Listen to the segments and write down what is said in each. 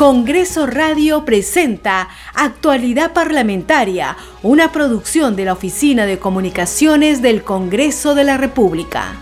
Congreso Radio presenta Actualidad Parlamentaria, una producción de la Oficina de Comunicaciones del Congreso de la República.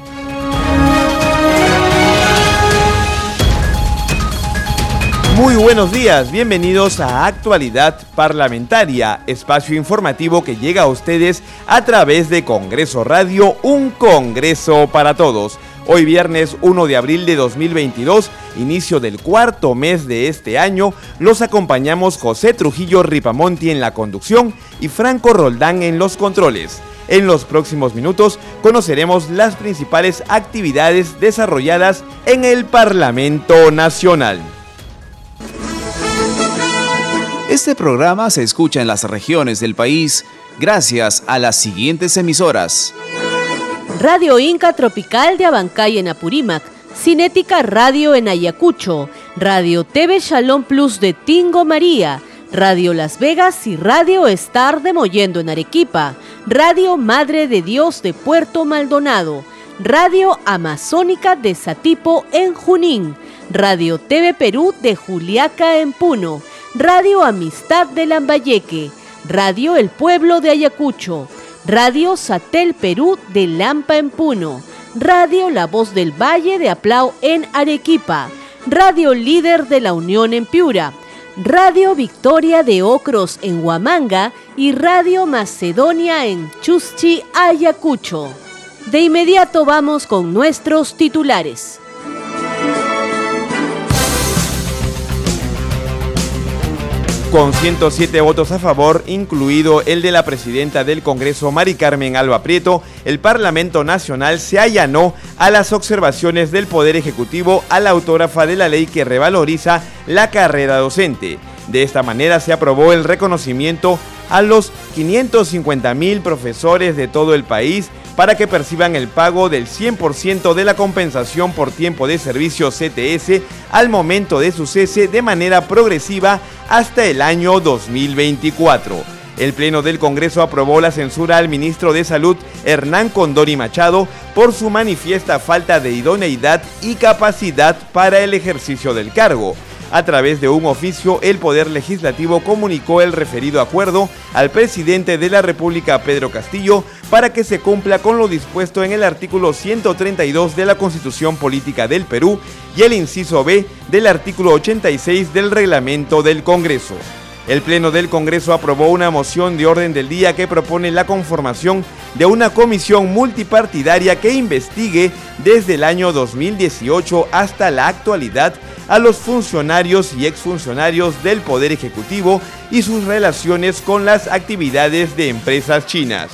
Muy buenos días, bienvenidos a Actualidad Parlamentaria, espacio informativo que llega a ustedes a través de Congreso Radio, un Congreso para todos. Hoy viernes 1 de abril de 2022, inicio del cuarto mes de este año, los acompañamos José Trujillo Ripamonti en la conducción y Franco Roldán en los controles. En los próximos minutos conoceremos las principales actividades desarrolladas en el Parlamento Nacional. Este programa se escucha en las regiones del país gracias a las siguientes emisoras: Radio Inca Tropical de Abancay en Apurímac, Cinética Radio en Ayacucho, Radio TV Shalom Plus de Tingo María, Radio Las Vegas y Radio Star de Mollendo en Arequipa, Radio Madre de Dios de Puerto Maldonado, Radio Amazónica de Satipo en Junín, Radio TV Perú de Juliaca en Puno, Radio Amistad de Lambayeque, Radio El Pueblo de Ayacucho, Radio Satel Perú de Lampa en Puno, Radio La Voz del Valle de Aplao en Arequipa, Radio Líder de la Unión en Piura, Radio Victoria de Ocros en Huamanga y Radio Macedonia en Chuschi, Ayacucho. De inmediato vamos con nuestros titulares. Con 107 votos a favor, incluido el de la presidenta del Congreso, Mari Carmen Alba Prieto, el Parlamento Nacional se allanó a las observaciones del Poder Ejecutivo a la autógrafa de la ley que revaloriza la carrera docente. De esta manera se aprobó el reconocimiento a los 550,000 profesores de todo el país para que perciban el pago del 100% de la compensación por tiempo de servicio CTS al momento de su cese de manera progresiva hasta el año 2024. El Pleno del Congreso aprobó la censura al ministro de Salud, Hernán Condori Machado, por su manifiesta falta de idoneidad y capacidad para el ejercicio del cargo. A través de un oficio, el Poder Legislativo comunicó el referido acuerdo al presidente de la República, Pedro Castillo, para que se cumpla con lo dispuesto en el artículo 132 de la Constitución Política del Perú y el inciso B del artículo 86 del Reglamento del Congreso. El Pleno del Congreso aprobó una moción de orden del día que propone la conformación de una comisión multipartidaria que investigue desde el año 2018 hasta la actualidad a los funcionarios y exfuncionarios del Poder Ejecutivo y sus relaciones con las actividades de empresas chinas.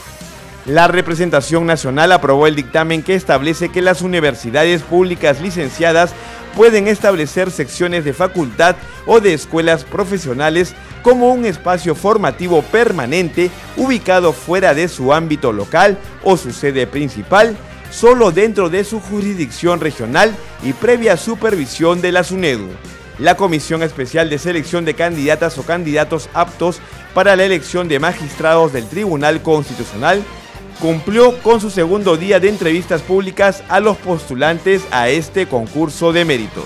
La representación nacional aprobó el dictamen que establece que las universidades públicas licenciadas pueden establecer secciones de facultad o de escuelas profesionales como un espacio formativo permanente ubicado fuera de su ámbito local o su sede principal, solo dentro de su jurisdicción regional y previa supervisión de la SUNEDU. La Comisión Especial de Selección de Candidatas o Candidatos aptos para la elección de magistrados del Tribunal Constitucional cumplió con su segundo día de entrevistas públicas a los postulantes a este concurso de méritos.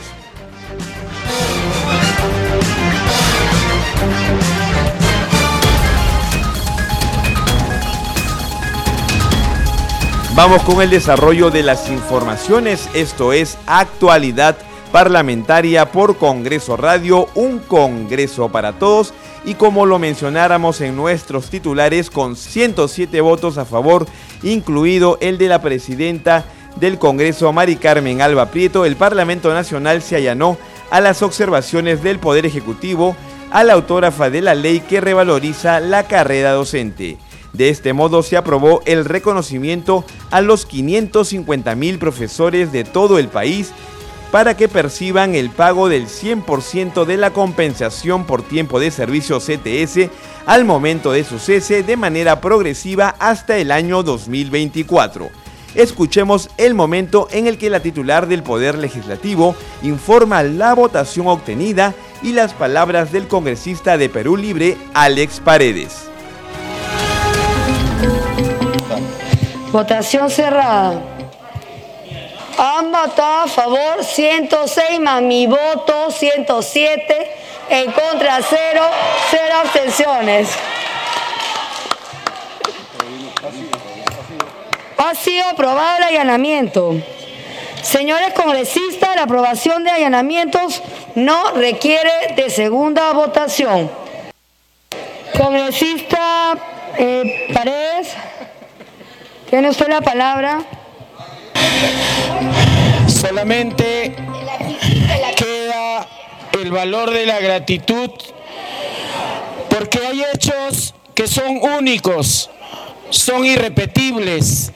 Vamos con el desarrollo de las informaciones, esto es Actualidad Parlamentaria por Congreso Radio, un Congreso para todos, y como lo mencionáramos en nuestros titulares, con 107 votos a favor, incluido el de la presidenta del Congreso, Mari Carmen Alba Prieto, el Parlamento Nacional se allanó a las observaciones del Poder Ejecutivo a la autógrafa de la ley que revaloriza la carrera docente. De este modo se aprobó el reconocimiento a los 550,000 profesores de todo el país para que perciban el pago del 100% de la compensación por tiempo de servicio CTS al momento de su cese de manera progresiva hasta el año 2024. Escuchemos el momento en el que la titular del Poder Legislativo informa la votación obtenida y las palabras del congresista de Perú Libre, Alex Paredes. Votación cerrada. Han votado a favor 106 más mi voto 107, en contra 0, 0 abstenciones. Ha sido aprobado el allanamiento. Señores congresistas, la aprobación de allanamientos no requiere de segunda votación. Congresista Paredes, tiene usted la palabra. Solamente queda el valor de la gratitud, porque hay hechos que son únicos, son irrepetibles.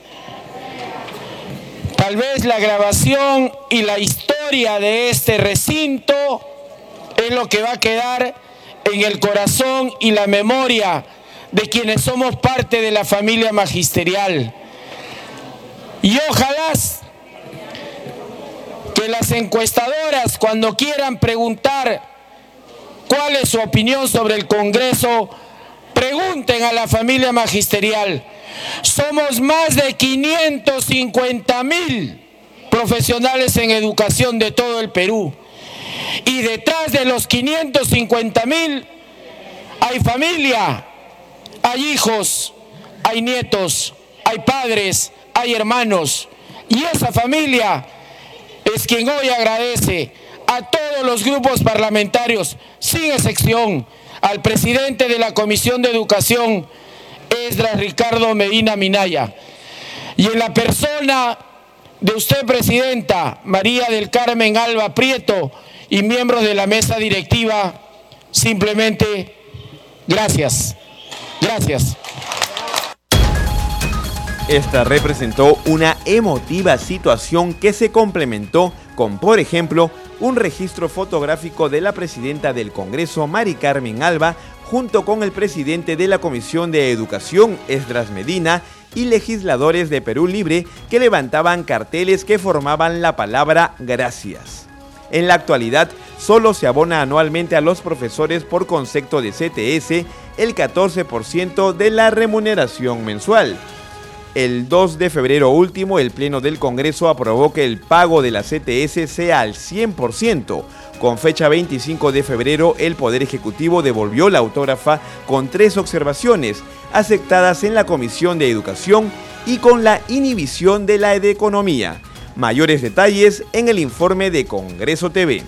Tal vez la grabación y la historia de este recinto es lo que va a quedar en el corazón y la memoria de quienes somos parte de la familia magisterial. Y ojalá que las encuestadoras, cuando quieran preguntar cuál es su opinión sobre el Congreso, pregunten a la familia magisterial. Somos más de 550,000 profesionales en educación de todo el Perú. Y detrás de los 550,000 hay familia, hay hijos, hay nietos, hay padres, hay hermanos. Y esa familia es quien hoy agradece a todos los grupos parlamentarios, sin excepción, al presidente de la Comisión de Educación, Esdras Ricardo Medina Minaya, y en la persona de usted, presidenta María del Carmen Alba Prieto, y miembros de la mesa directiva, simplemente gracias. Gracias. Esta representó una emotiva situación que se complementó con, por ejemplo, un registro fotográfico de la presidenta del Congreso, Mari Carmen Alba, junto con el presidente de la Comisión de Educación, Esdras Medina, y legisladores de Perú Libre que levantaban carteles que formaban la palabra gracias. En la actualidad, solo se abona anualmente a los profesores por concepto de CTS el 14% de la remuneración mensual. El 2 de febrero último, el Pleno del Congreso aprobó que el pago de la CTS sea al 100%. Con fecha 25 de febrero, el Poder Ejecutivo devolvió la autógrafa con 3 observaciones, aceptadas en la Comisión de Educación y con la inhibición de la de Economía. Mayores detalles en el informe de Congreso TV.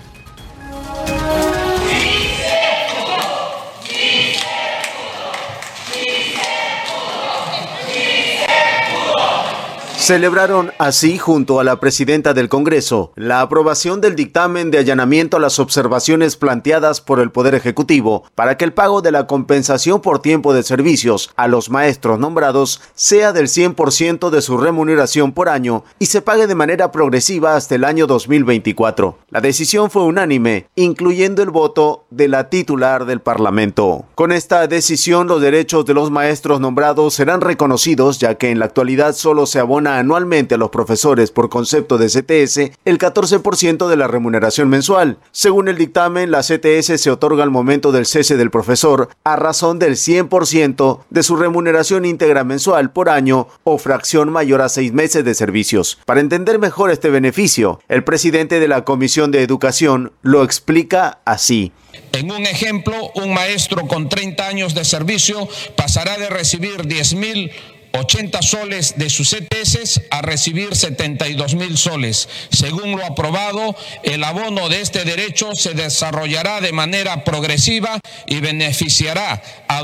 Celebraron así, junto a la presidenta del Congreso, la aprobación del dictamen de allanamiento a las observaciones planteadas por el Poder Ejecutivo para que el pago de la compensación por tiempo de servicios a los maestros nombrados sea del 100% de su remuneración por año y se pague de manera progresiva hasta el año 2024. La decisión fue unánime, incluyendo el voto de la titular del Parlamento. Con esta decisión, los derechos de los maestros nombrados serán reconocidos, ya que en la actualidad solo se abona anualmente a los profesores por concepto de CTS el 14% de la remuneración mensual. Según el dictamen, la CTS se otorga al momento del cese del profesor a razón del 100% de su remuneración íntegra mensual por año o fracción mayor a 6 meses de servicios. Para entender mejor este beneficio, el presidente de la Comisión de Educación lo explica así. En un ejemplo, un maestro con 30 años de servicio pasará de recibir 10.080 soles de sus CTS a recibir 72.000 soles. Según lo aprobado, el abono de este derecho se desarrollará de manera progresiva y beneficiará a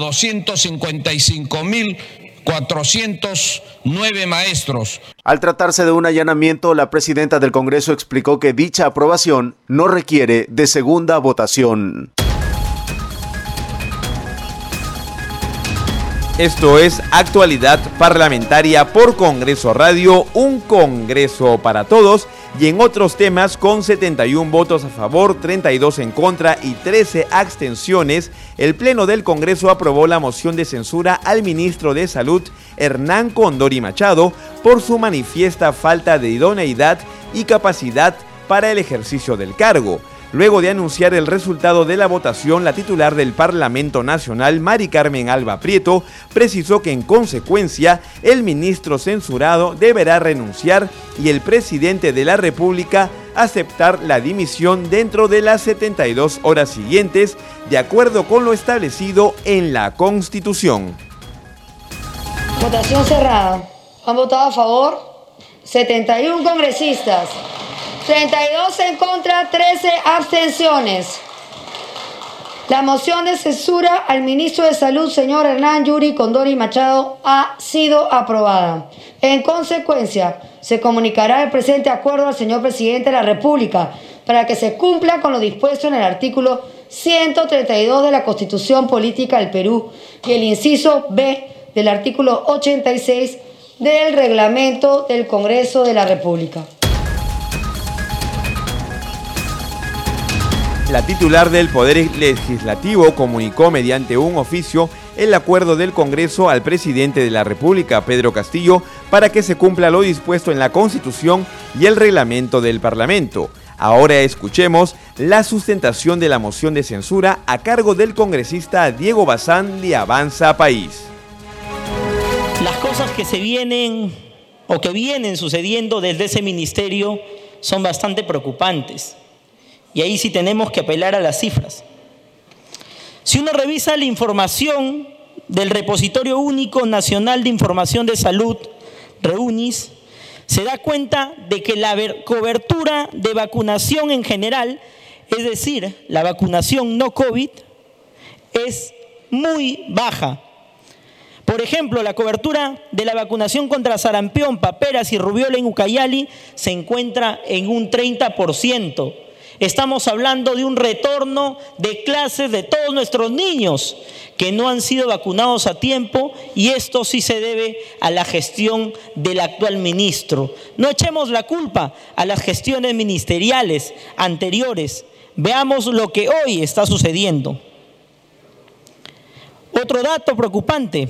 255.409 maestros. Al tratarse de un allanamiento, la presidenta del Congreso explicó que dicha aprobación no requiere de segunda votación. Esto es Actualidad Parlamentaria por Congreso Radio, un Congreso para todos. Y en otros temas, con 71 votos a favor, 32 en contra y 13 abstenciones, el Pleno del Congreso aprobó la moción de censura al ministro de Salud, Hernán Condori Machado, por su manifiesta falta de idoneidad y capacidad para el ejercicio del cargo. Luego de anunciar el resultado de la votación, la titular del Parlamento Nacional, Mari Carmen Alba Prieto, precisó que en consecuencia el ministro censurado deberá renunciar y el presidente de la República aceptar la dimisión dentro de las 72 horas siguientes, de acuerdo con lo establecido en la Constitución. Votación cerrada. Han votado a favor 71 congresistas, 32 en contra, 13 abstenciones. La moción de censura al ministro de Salud, señor Hernán Yuri Condori Machado, ha sido aprobada. En consecuencia, se comunicará el presente acuerdo al señor presidente de la República para que se cumpla con lo dispuesto en el artículo 132 de la Constitución Política del Perú y el inciso B del artículo 86 del Reglamento del Congreso de la República. La titular del Poder Legislativo comunicó mediante un oficio el acuerdo del Congreso al presidente de la República, Pedro Castillo, para que se cumpla lo dispuesto en la Constitución y el reglamento del Parlamento. Ahora escuchemos la sustentación de la moción de censura a cargo del congresista Diego Bazán de Avanza País. Las cosas que se vienen o que vienen sucediendo desde ese ministerio son bastante preocupantes. Y ahí sí tenemos que apelar a las cifras. Si uno revisa la información del Repositorio Único Nacional de Información de Salud, REUNIS, se da cuenta de que la cobertura de vacunación en general, es decir, la vacunación no COVID, es muy baja. Por ejemplo, la cobertura de la vacunación contra sarampión, paperas y rubiola en Ucayali se encuentra en un 30%. Estamos hablando de un retorno de clases de todos nuestros niños que no han sido vacunados a tiempo, y esto sí se debe a la gestión del actual ministro. No echemos la culpa a las gestiones ministeriales anteriores. Veamos lo que hoy está sucediendo. Otro dato preocupante.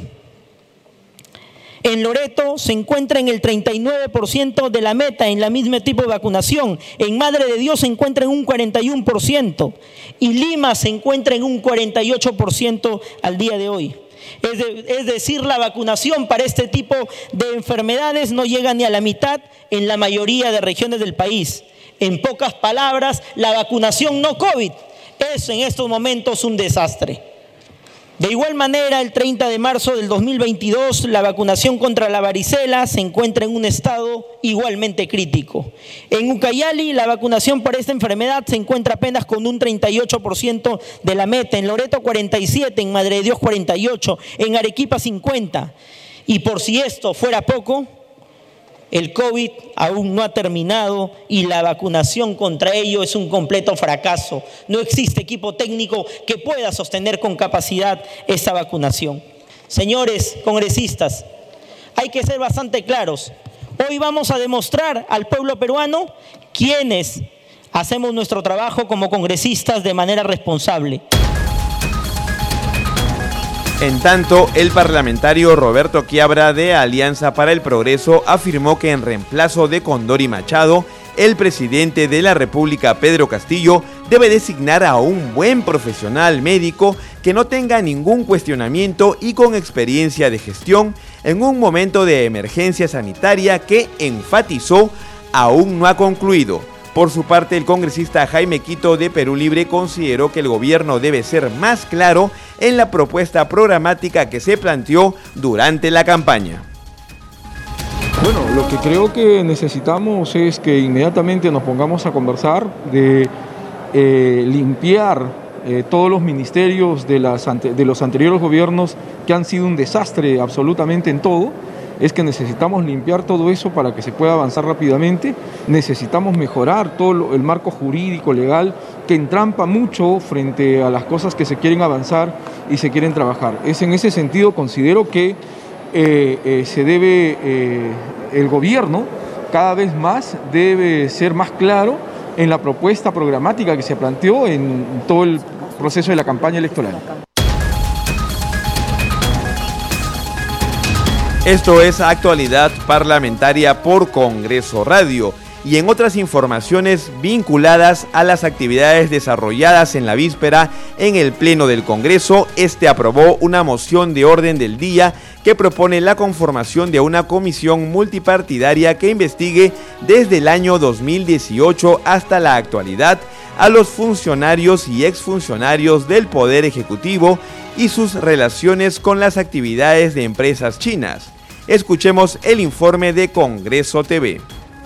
En Loreto se encuentra en el 39% de la meta en la misma tipo de vacunación. En Madre de Dios se encuentra en un 41%. Y Lima se encuentra en un 48% al día de hoy. Es decir, la vacunación para este tipo de enfermedades no llega ni a la mitad en la mayoría de regiones del país. En pocas palabras, la vacunación no COVID es en estos momentos un desastre. De igual manera, el 30 de marzo del 2022, la vacunación contra la varicela se encuentra en un estado igualmente crítico. En Ucayali, la vacunación para esta enfermedad se encuentra apenas con un 38% de la meta. En Loreto, 47%, en Madre de Dios, 48%, en Arequipa, 50%. Y por si esto fuera poco, el COVID aún no ha terminado y la vacunación contra ello es un completo fracaso. No existe equipo técnico que pueda sostener con capacidad esta vacunación. Señores congresistas, hay que ser bastante claros. Hoy vamos a demostrar al pueblo peruano quiénes hacemos nuestro trabajo como congresistas de manera responsable. En tanto, el parlamentario Roberto Quiabra de Alianza para el Progreso afirmó que en reemplazo de Condori Machado, el presidente de la República, Pedro Castillo, debe designar a un buen profesional médico que no tenga ningún cuestionamiento y con experiencia de gestión en un momento de emergencia sanitaria que, enfatizó, aún no ha concluido. Por su parte, el congresista Jaime Quito de Perú Libre consideró que el gobierno debe ser más claro en la propuesta programática que se planteó durante la campaña. Bueno, lo que creo que necesitamos es que inmediatamente nos pongamos a conversar de limpiar todos los ministerios de los anteriores gobiernos que han sido un desastre absolutamente en todo. Es que necesitamos limpiar todo eso para que se pueda avanzar rápidamente. Necesitamos mejorar todo el marco jurídico, legal, que entrampa mucho frente a las cosas que se quieren avanzar y se quieren trabajar. Es en ese sentido, considero que el gobierno cada vez más debe ser más claro en la propuesta programática que se planteó en todo el proceso de la campaña electoral. Esto es Actualidad Parlamentaria por Congreso Radio. Y en otras informaciones vinculadas a las actividades desarrolladas en la víspera en el Pleno del Congreso, aprobó una moción de orden del día que propone la conformación de una comisión multipartidaria que investigue desde el año 2018 hasta la actualidad a los funcionarios y exfuncionarios del Poder Ejecutivo y sus relaciones con las actividades de empresas chinas. Escuchemos el informe de Congreso TV.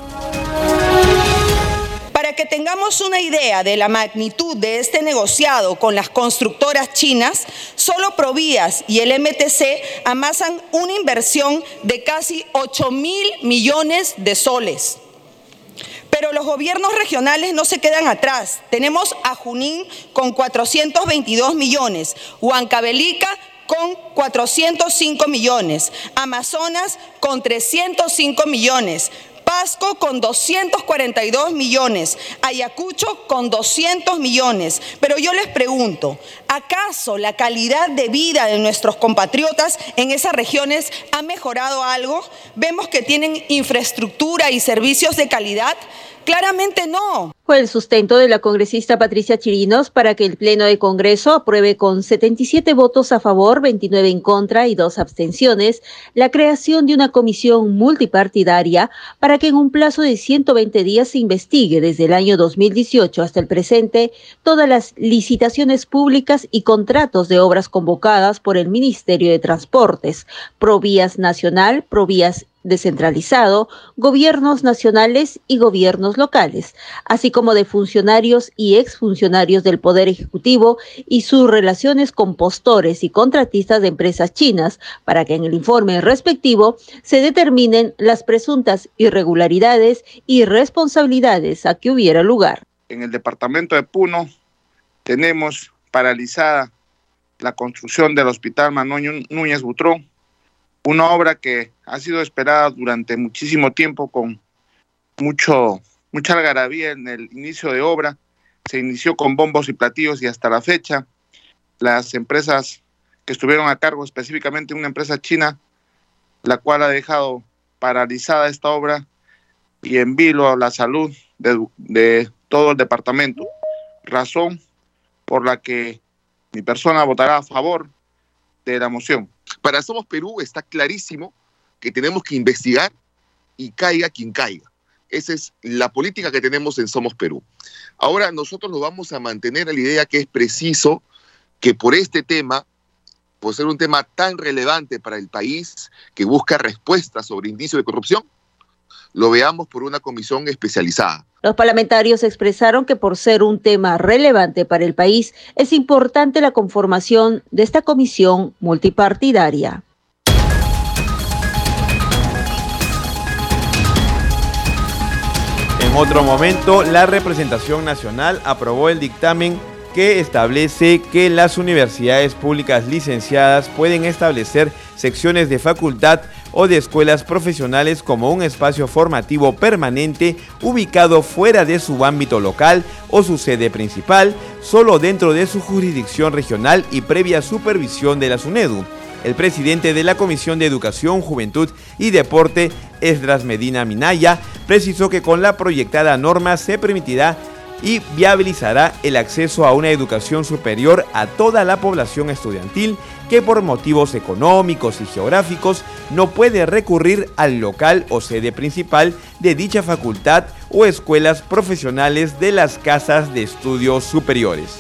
Para que tengamos una idea de la magnitud de este negociado con las constructoras chinas, solo Provías y el MTC amasan una inversión de casi 8.000 millones de soles. Pero los gobiernos regionales no se quedan atrás. Tenemos a Junín con 422 millones, Huancavelica con 405 millones, Amazonas con 305 millones, Pasco con 242 millones, Ayacucho con 200 millones. Pero yo les pregunto, ¿acaso la calidad de vida de nuestros compatriotas en esas regiones ha mejorado algo? ¿Vemos que tienen infraestructura y servicios de calidad? Claramente no. Fue el sustento de la congresista Patricia Chirinos para que el Pleno de Congreso apruebe con 77 votos a favor, 29 en contra y 2 abstenciones la creación de una comisión multipartidaria para que en un plazo de 120 días se investigue desde el año 2018 hasta el presente todas las licitaciones públicas y contratos de obras convocadas por el Ministerio de Transportes, Provías Nacional, Provías descentralizado, gobiernos nacionales y gobiernos locales, así como de funcionarios y exfuncionarios del Poder Ejecutivo y sus relaciones con postores y contratistas de empresas chinas, para que en el informe respectivo se determinen las presuntas irregularidades y responsabilidades a que hubiera lugar. En el departamento de Puno tenemos paralizada la construcción del Hospital Manuel Núñez Butrón, una obra que ha sido esperada durante muchísimo tiempo con mucha algarabía en el inicio de obra. Se inició con bombos y platillos y hasta la fecha las empresas que estuvieron a cargo, específicamente una empresa china, la cual ha dejado paralizada esta obra y en vilo a la salud de todo el departamento. Razón por la que mi persona votará a favor de la moción. Para Somos Perú está clarísimo que tenemos que investigar y caiga quien caiga. Esa es la política que tenemos en Somos Perú. Ahora nosotros nos vamos a mantener a la idea que es preciso que por este tema, por ser un tema tan relevante para el país, que busca respuestas sobre indicios de corrupción, lo veamos por una comisión especializada. Los parlamentarios expresaron que por ser un tema relevante para el país, es importante la conformación de esta comisión multipartidaria. En otro momento, la representación nacional aprobó el dictamen que establece que las universidades públicas licenciadas pueden establecer secciones de facultad o de escuelas profesionales como un espacio formativo permanente ubicado fuera de su ámbito local o su sede principal, solo dentro de su jurisdicción regional y previa supervisión de la SUNEDU. El presidente de la Comisión de Educación, Juventud y Deporte, Esdras Medina Minaya, precisó que con la proyectada norma se permitirá y viabilizará el acceso a una educación superior a toda la población estudiantil que por motivos económicos y geográficos no puede recurrir al local o sede principal de dicha facultad o escuelas profesionales de las casas de estudios superiores.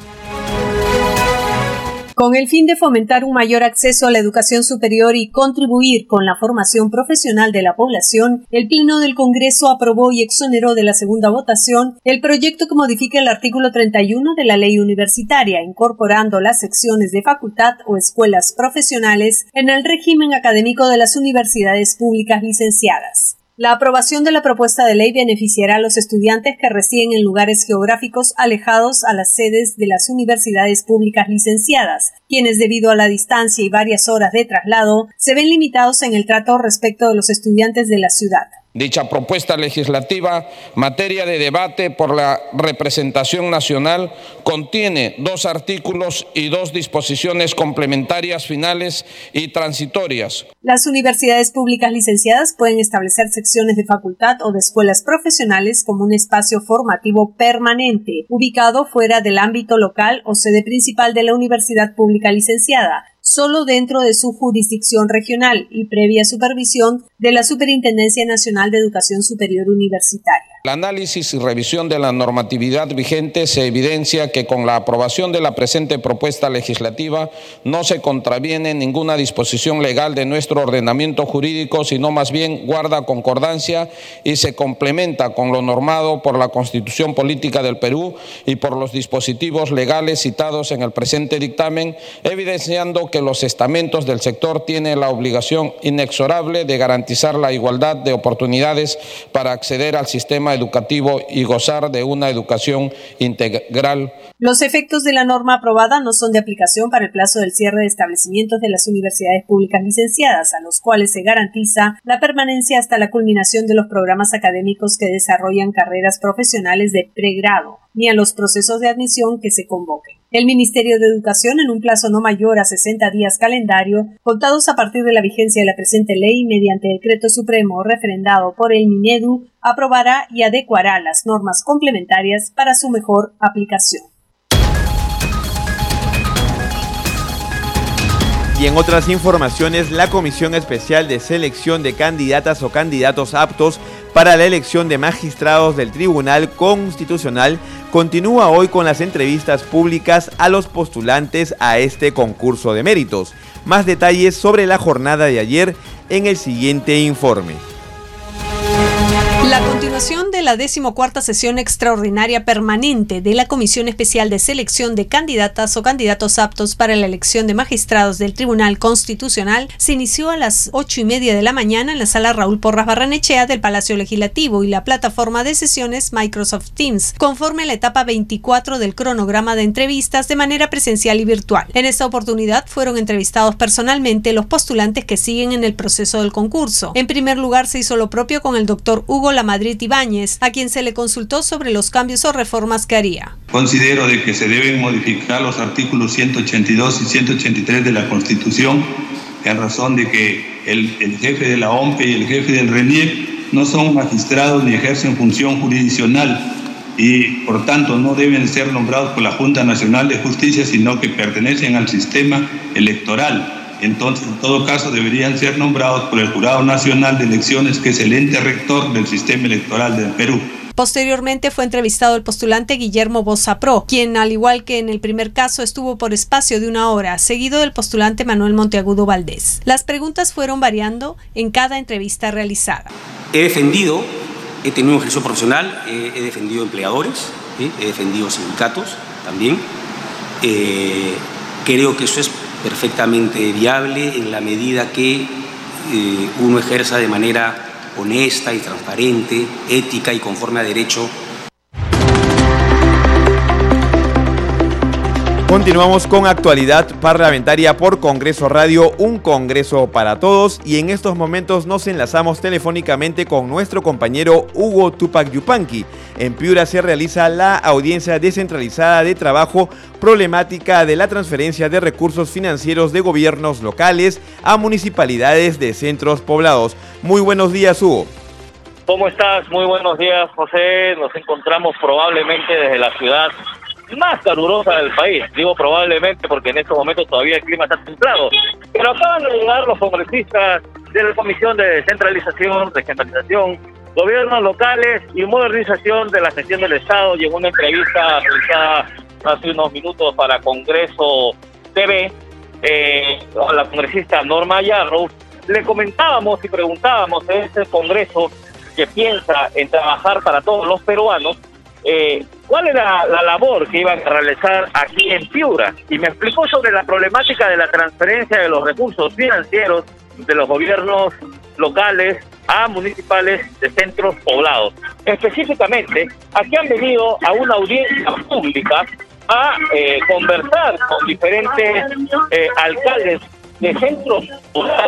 Con el fin de fomentar un mayor acceso a la educación superior y contribuir con la formación profesional de la población, el Pleno del Congreso aprobó y exoneró de la segunda votación el proyecto que modifica el artículo 31 de la Ley Universitaria, incorporando las secciones de facultad o escuelas profesionales en el régimen académico de las universidades públicas licenciadas. La aprobación de la propuesta de ley beneficiará a los estudiantes que residen en lugares geográficos alejados a las sedes de las universidades públicas licenciadas, quienes debido a la distancia y varias horas de traslado se ven limitados en el trato respecto de los estudiantes de la ciudad. Dicha propuesta legislativa, materia de debate por la representación nacional, contiene 2 artículos y 2 disposiciones complementarias finales y transitorias. Las universidades públicas licenciadas pueden establecer secciones de facultad o de escuelas profesionales como un espacio formativo permanente, ubicado fuera del ámbito local o sede principal de la universidad pública licenciada, solo dentro de su jurisdicción regional y previa supervisión de la Superintendencia Nacional de Educación Superior Universitaria. El análisis y revisión de la normatividad vigente se evidencia que con la aprobación de la presente propuesta legislativa no se contraviene ninguna disposición legal de nuestro ordenamiento jurídico, sino más bien guarda concordancia y se complementa con lo normado por la Constitución Política del Perú y por los dispositivos legales citados en el presente dictamen, evidenciando que los estamentos del sector tienen la obligación inexorable de garantizar la igualdad de oportunidades para acceder al sistema educativo y gozar de una educación integral. Los efectos de la norma aprobada no son de aplicación para el plazo del cierre de establecimientos de las universidades públicas licenciadas, a los cuales se garantiza la permanencia hasta la culminación de los programas académicos que desarrollan carreras profesionales de pregrado, ni a los procesos de admisión que se convoquen. El Ministerio de Educación, en un plazo no mayor a 60 días calendario, contados a partir de la vigencia de la presente ley, mediante decreto supremo referendado por el Minedu, aprobará y adecuará las normas complementarias para su mejor aplicación. Y en otras informaciones, la Comisión Especial de Selección de Candidatas o Candidatos Aptos para la elección de magistrados del Tribunal Constitucional continúa hoy con las entrevistas públicas a los postulantes a este concurso de méritos. Más detalles sobre la jornada de ayer en el siguiente informe. La continuación de la 14ª sesión extraordinaria permanente de la Comisión Especial de Selección de Candidatas o Candidatos Aptos para la elección de magistrados del Tribunal Constitucional se inició a las 8:30 de la mañana en la sala Raúl Porras Barrenechea del Palacio Legislativo y la plataforma de sesiones Microsoft Teams, conforme a la etapa 24 del cronograma de entrevistas de manera presencial y virtual. En esta oportunidad fueron entrevistados personalmente los postulantes que siguen en el proceso del concurso. En primer lugar se hizo lo propio con el doctor Hugo Lamadrid Ibáñez, a quien se le consultó sobre los cambios o reformas que haría. Considero de que se deben modificar los artículos 182 y 183 de la Constitución, en razón de que el jefe de la OMPE y el jefe del RENIEC no son magistrados ni ejercen función jurisdiccional y por tanto no deben ser nombrados por la Junta Nacional de Justicia, sino que pertenecen al sistema electoral. Entonces, en todo caso, deberían ser nombrados por el Jurado Nacional de Elecciones, que es el ente rector del sistema electoral del Perú. Posteriormente fue entrevistado el postulante Guillermo Bozapró, quien, al igual que en el primer caso, estuvo por espacio de 1 hora, seguido del postulante Manuel Monteagudo Valdés. Las preguntas fueron variando en cada entrevista realizada. He tenido un ejercicio profesional, he defendido empleadores, he defendido sindicatos también. Creo que eso es perfectamente viable en la medida que uno ejerza de manera honesta y transparente, ética y conforme a derecho. Continuamos con actualidad parlamentaria por Congreso Radio, un Congreso para todos, y en estos momentos nos enlazamos telefónicamente con nuestro compañero Hugo Tupac Yupanqui. En Piura se realiza la audiencia descentralizada de trabajo problemática de la transferencia de recursos financieros de gobiernos locales a municipalidades de centros poblados. Muy buenos días, Hugo. ¿Cómo estás? Muy buenos días, José. Nos encontramos probablemente desde la ciudad más calurosa del país. Digo probablemente porque en estos momentos todavía el clima está templado. Pero acaban de llegar los congresistas de la Comisión de Descentralización, Gobiernos Locales y Modernización de la Gestión del Estado. Y en una entrevista realizada hace unos minutos para Congreso TV, a la congresista Norma Yarrow, le comentábamos y preguntábamos en este Congreso que piensa en trabajar para todos los peruanos, cuál era la labor que iban a realizar aquí en Piura, y me explicó sobre la problemática de la transferencia de los recursos financieros de los gobiernos locales a municipales de centros poblados. Específicamente, aquí han venido a una audiencia pública a conversar con diferentes alcaldes de centros poblados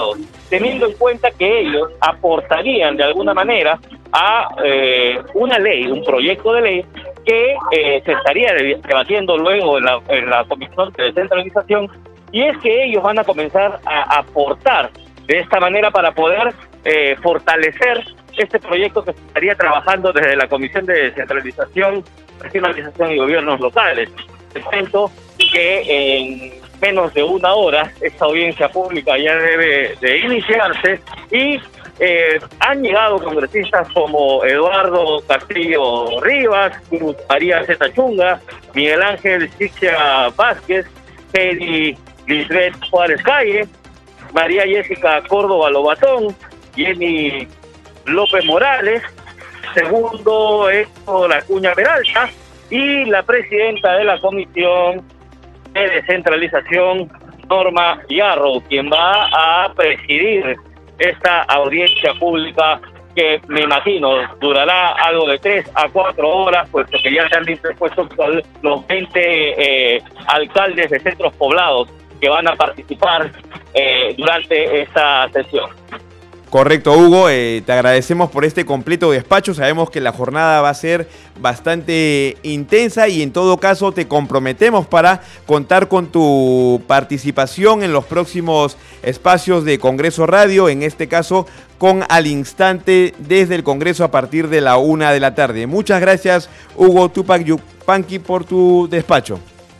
teniendo en cuenta que ellos aportarían de alguna manera a una ley, un proyecto de ley que se estaría debatiendo luego en la Comisión de Descentralización, y es que ellos van a comenzar a aportar de esta manera para poder fortalecer este proyecto que se estaría trabajando desde la Comisión de Descentralización, Regionalización y Gobiernos Locales. Te cuento que en menos de una hora esta audiencia pública ya debe de iniciarse y han llegado congresistas como Eduardo Castillo Rivas, María Zeta Chunga, Miguel Ángel Xixa Vázquez, Heidi Lisbeth Juárez Calle, María Jessica Córdoba Lobatón, Jenny López Morales, segundo Héctor Acuña Peralta y la presidenta de la Comisión de Descentralización, Norma Yarro, quien va a presidir esta audiencia pública que me imagino durará algo de 3 a 4 horas, puesto que ya se han interpuesto los 20 alcaldes de centros poblados que van a participar durante esta sesión. Correcto, Hugo, te agradecemos por este completo despacho. Sabemos que la jornada va a ser bastante intensa y en todo caso te comprometemos para contar con tu participación en los próximos espacios de Congreso Radio, en este caso con Al Instante desde el Congreso a partir de la 1 de la tarde. Muchas gracias, Hugo Tupac Yupanqui, por tu despacho.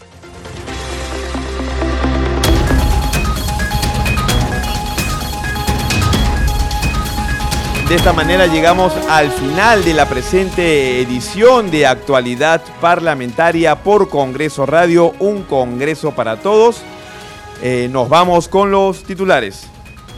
De esta manera llegamos al final de la presente edición de Actualidad Parlamentaria por Congreso Radio, un Congreso para todos. Nos vamos con los titulares.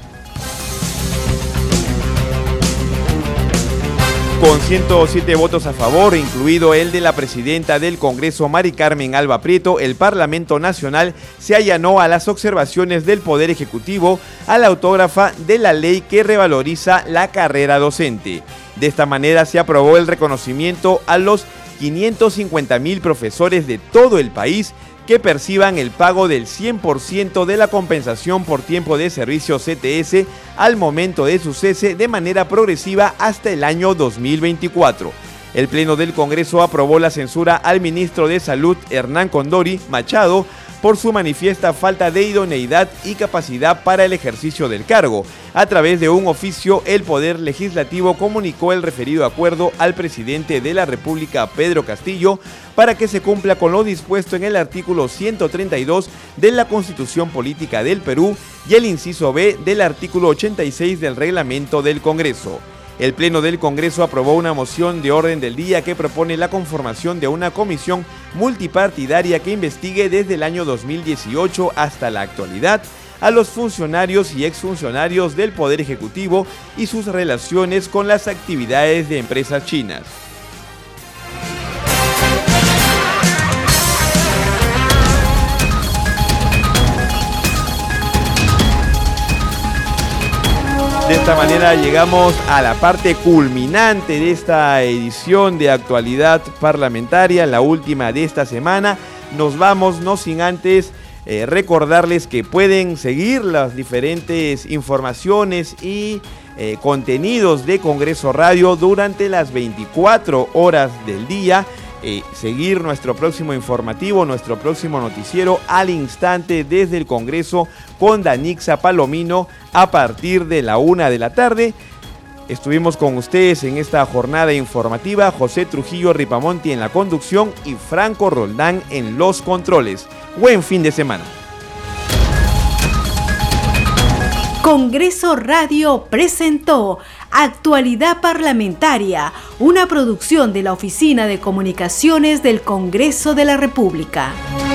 Con 107 votos a favor, incluido el de la presidenta del Congreso, Mari Carmen Alba Prieto, el Parlamento Nacional se allanó a las observaciones del Poder Ejecutivo a la autógrafa de la ley que revaloriza la carrera docente. De esta manera se aprobó el reconocimiento a los 550.000 profesores de todo el país que perciban el pago del 100% de la compensación por tiempo de servicio CTS al momento de su cese de manera progresiva hasta el año 2024. El Pleno del Congreso aprobó la censura al ministro de Salud, Hernán Condori Machado, por su manifiesta falta de idoneidad y capacidad para el ejercicio del cargo. A través de un oficio, el Poder Legislativo comunicó el referido acuerdo al presidente de la República, Pedro Castillo, para que se cumpla con lo dispuesto en el artículo 132 de la Constitución Política del Perú y el inciso B del artículo 86 del Reglamento del Congreso. El Pleno del Congreso aprobó una moción de orden del día que propone la conformación de una comisión multipartidaria que investigue desde el año 2018 hasta la actualidad a los funcionarios y exfuncionarios del Poder Ejecutivo y sus relaciones con las actividades de empresas chinas. De esta manera llegamos a la parte culminante de esta edición de Actualidad Parlamentaria, la última de esta semana. Nos vamos, no sin antes recordarles que pueden seguir las diferentes informaciones y contenidos de Congreso Radio durante las 24 horas del día. Seguir nuestro próximo informativo, nuestro próximo noticiero Al Instante desde el Congreso con Danixa Palomino a partir de la 1 de la tarde. Estuvimos con ustedes en esta jornada informativa, José Trujillo Ripamonti en la conducción y Franco Roldán en los controles. Buen fin de semana. Congreso Radio presentó Actualidad Parlamentaria, una producción de la Oficina de Comunicaciones del Congreso de la República.